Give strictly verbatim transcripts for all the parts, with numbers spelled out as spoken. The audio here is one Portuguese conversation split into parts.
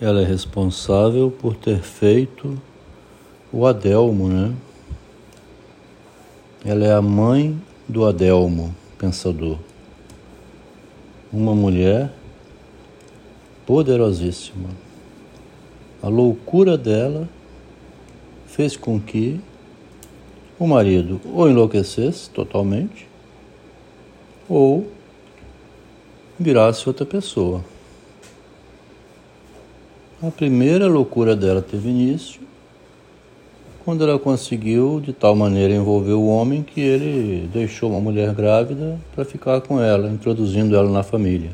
ela é responsável por ter feito o Adelmo, né? Ela é a mãe do Adelmo, pensador. Uma mulher poderosíssima. A loucura dela fez com que o marido ou enlouquecesse totalmente ou virasse outra pessoa. A primeira loucura dela teve início quando ela conseguiu de tal maneira envolver o homem que ele deixou uma mulher grávida para ficar com ela, introduzindo ela na família.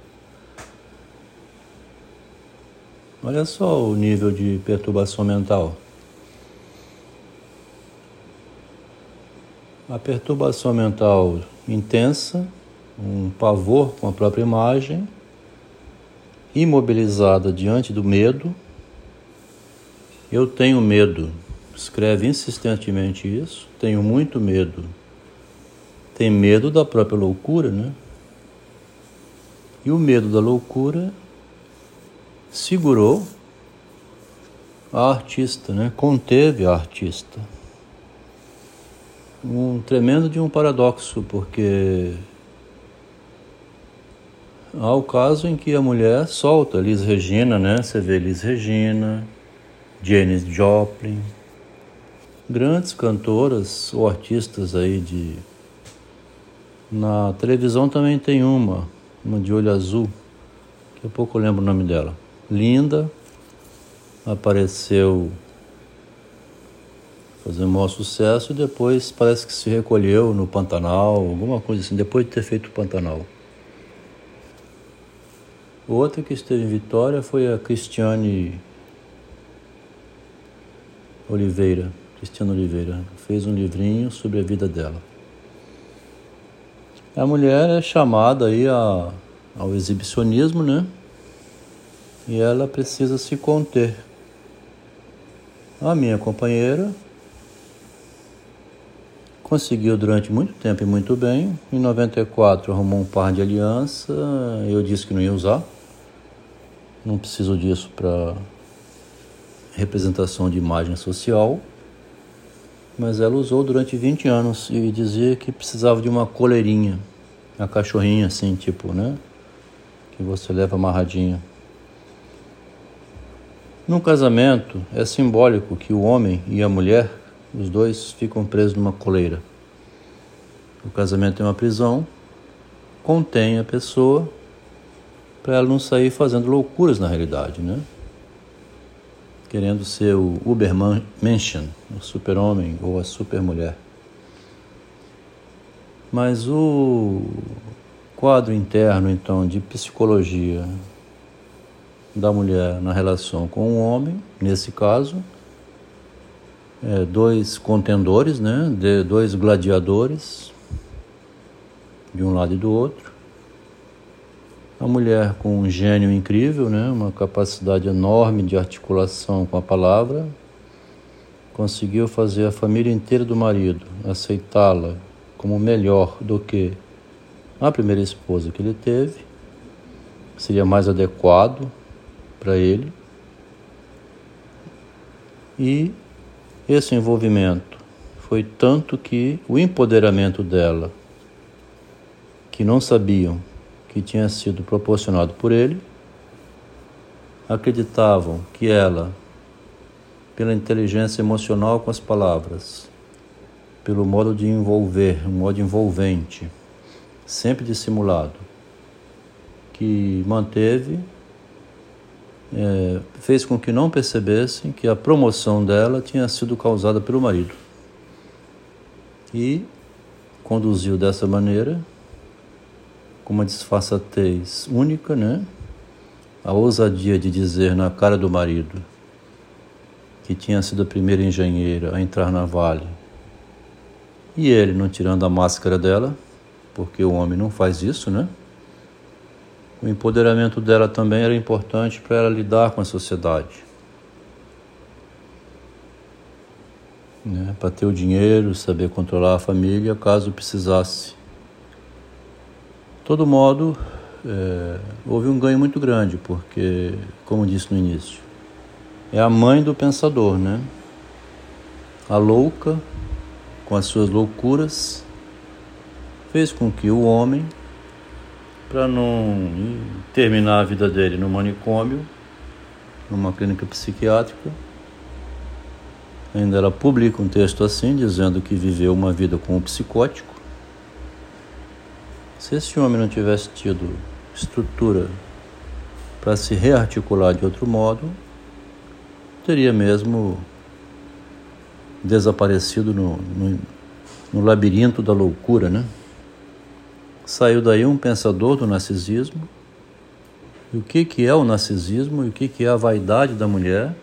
Olha só o nível de perturbação mental. A perturbação mental intensa, um pavor com a própria imagem, imobilizada diante do medo. Eu tenho medo, escreve insistentemente isso, tenho muito medo. Tem medo da própria loucura, né? E o medo da loucura segurou a artista, né? Conteve a artista. Um tremendo de um paradoxo, porque há o caso em que a mulher solta Elis Regina, né? Você vê Elis Regina, Janis Joplin, grandes cantoras ou artistas aí de... Na televisão também tem uma, uma de olho azul, daqui a pouco eu lembro o nome dela. Linda, apareceu fazendo o maior sucesso e depois parece que se recolheu no Pantanal, alguma coisa assim, depois de ter feito o Pantanal. Outra que esteve em Vitória foi a Cristiane Oliveira. Cristiane Oliveira fez um livrinho sobre a vida dela. A mulher é chamada aí a, ao exibicionismo, né? E ela precisa se conter. A minha companheira conseguiu durante muito tempo e muito bem. Em noventa e quatro arrumou um par de aliança. Eu disse que não ia usar. Não preciso disso para representação de imagem social. Mas ela usou durante vinte anos e dizia que precisava de uma coleirinha. Uma cachorrinha assim, tipo, né? Que você leva amarradinha. Num casamento, é simbólico que o homem e a mulher, os dois, ficam presos numa coleira. O casamento é uma prisão, contém a pessoa para ela não sair fazendo loucuras na realidade, né? Querendo ser o Ubermenschen, o super-homem ou a super-mulher. Mas o quadro interno, então, de psicologia da mulher na relação com o homem, nesse caso, é, dois contendores, né, de, dois gladiadores, de um lado e do outro. A mulher com um gênio incrível, né, uma capacidade enorme de articulação com a palavra, conseguiu fazer a família inteira do marido aceitá-la como melhor do que a primeira esposa que ele teve, seria mais adequado para ele. E esse envolvimento foi tanto que o empoderamento dela, que não sabiam que tinha sido proporcionado por ele, acreditavam que ela, pela inteligência emocional com as palavras, pelo modo de envolver, um modo envolvente, sempre dissimulado, que manteve, é, fez com que não percebessem que a promoção dela tinha sido causada pelo marido. E conduziu dessa maneira, com uma disfarçatez única, né? A ousadia de dizer na cara do marido que tinha sido a primeira engenheira a entrar na Vale. E ele não tirando a máscara dela, porque o homem não faz isso, né? O empoderamento dela também era importante para ela lidar com a sociedade. Né? Para ter o dinheiro, saber controlar a família, caso precisasse. De todo modo, é, houve um ganho muito grande, porque, como disse no início, é a mãe do pensador, né? A louca, com as suas loucuras, fez com que o homem, para não terminar a vida dele no manicômio, numa clínica psiquiátrica, ainda ela publica um texto assim, dizendo que viveu uma vida com um psicótico. Se esse homem não tivesse tido estrutura para se rearticular de outro modo, teria mesmo desaparecido no, no, no labirinto da loucura, né? Saiu daí um pensador do narcisismo. E o que, que é o narcisismo e o que, que é a vaidade da mulher?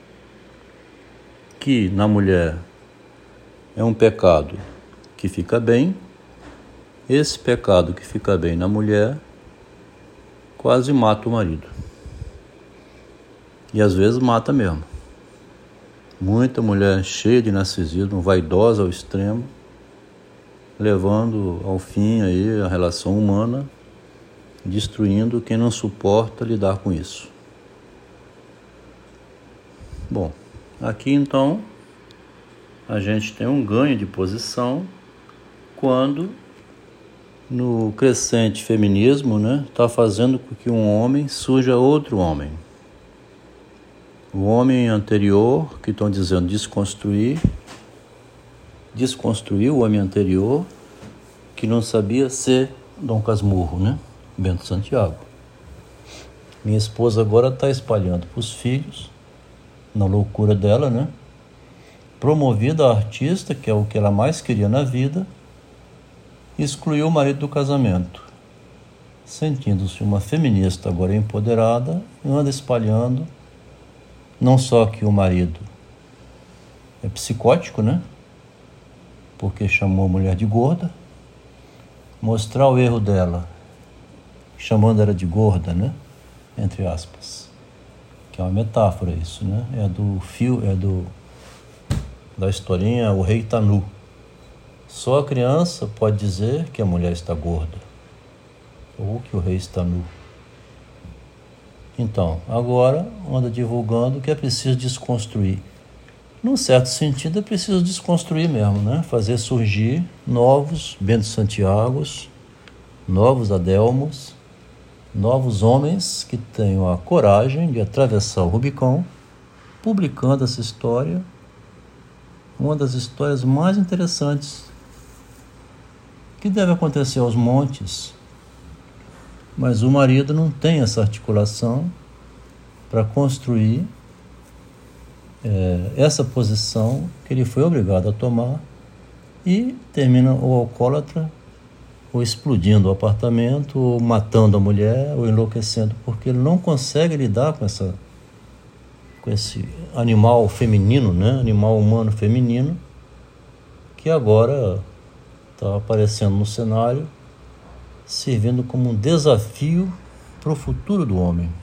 Que na mulher é um pecado que fica bem. Esse pecado que fica bem na mulher quase mata o marido. E às vezes mata mesmo. Muita mulher cheia de narcisismo, vaidosa ao extremo, levando ao fim aí a relação humana, destruindo quem não suporta lidar com isso. Bom, aqui então a gente tem um ganho de posição quando no crescente feminismo, né, está fazendo com que um homem suja outro homem. O homem anterior, que estão dizendo desconstruir, desconstruir o homem anterior, que não sabia ser Dom Casmurro, né? Bento Santiago. Minha esposa agora está espalhando para os filhos, na loucura dela, né? Promovida a artista, que é o que ela mais queria na vida, excluiu o marido do casamento. Sentindo-se uma feminista agora empoderada, anda espalhando não só que o marido é psicótico, né? Porque chamou a mulher de gorda, mostrar o erro dela, chamando ela de gorda, né? Entre aspas. Que é uma metáfora isso, né? É do fio, é do da historinha O Rei Tá Nu. Só a criança pode dizer que a mulher está gorda ou que o rei está nu. Então, agora anda divulgando que é preciso desconstruir. Num certo sentido, é preciso desconstruir mesmo, né? Fazer surgir novos Bento Santiagos, novos Adelmos, novos homens que tenham a coragem de atravessar o Rubicão, publicando essa história, uma das histórias mais interessantes que deve acontecer aos montes. Mas o marido não tem essa articulação para construir é, essa posição que ele foi obrigado a tomar, e termina o alcoólatra ou explodindo o apartamento, ou matando a mulher, ou enlouquecendo, porque ele não consegue lidar com, essa, com esse animal feminino, né? Animal humano feminino, que agora está aparecendo no cenário, servindo como um desafio para o futuro do homem.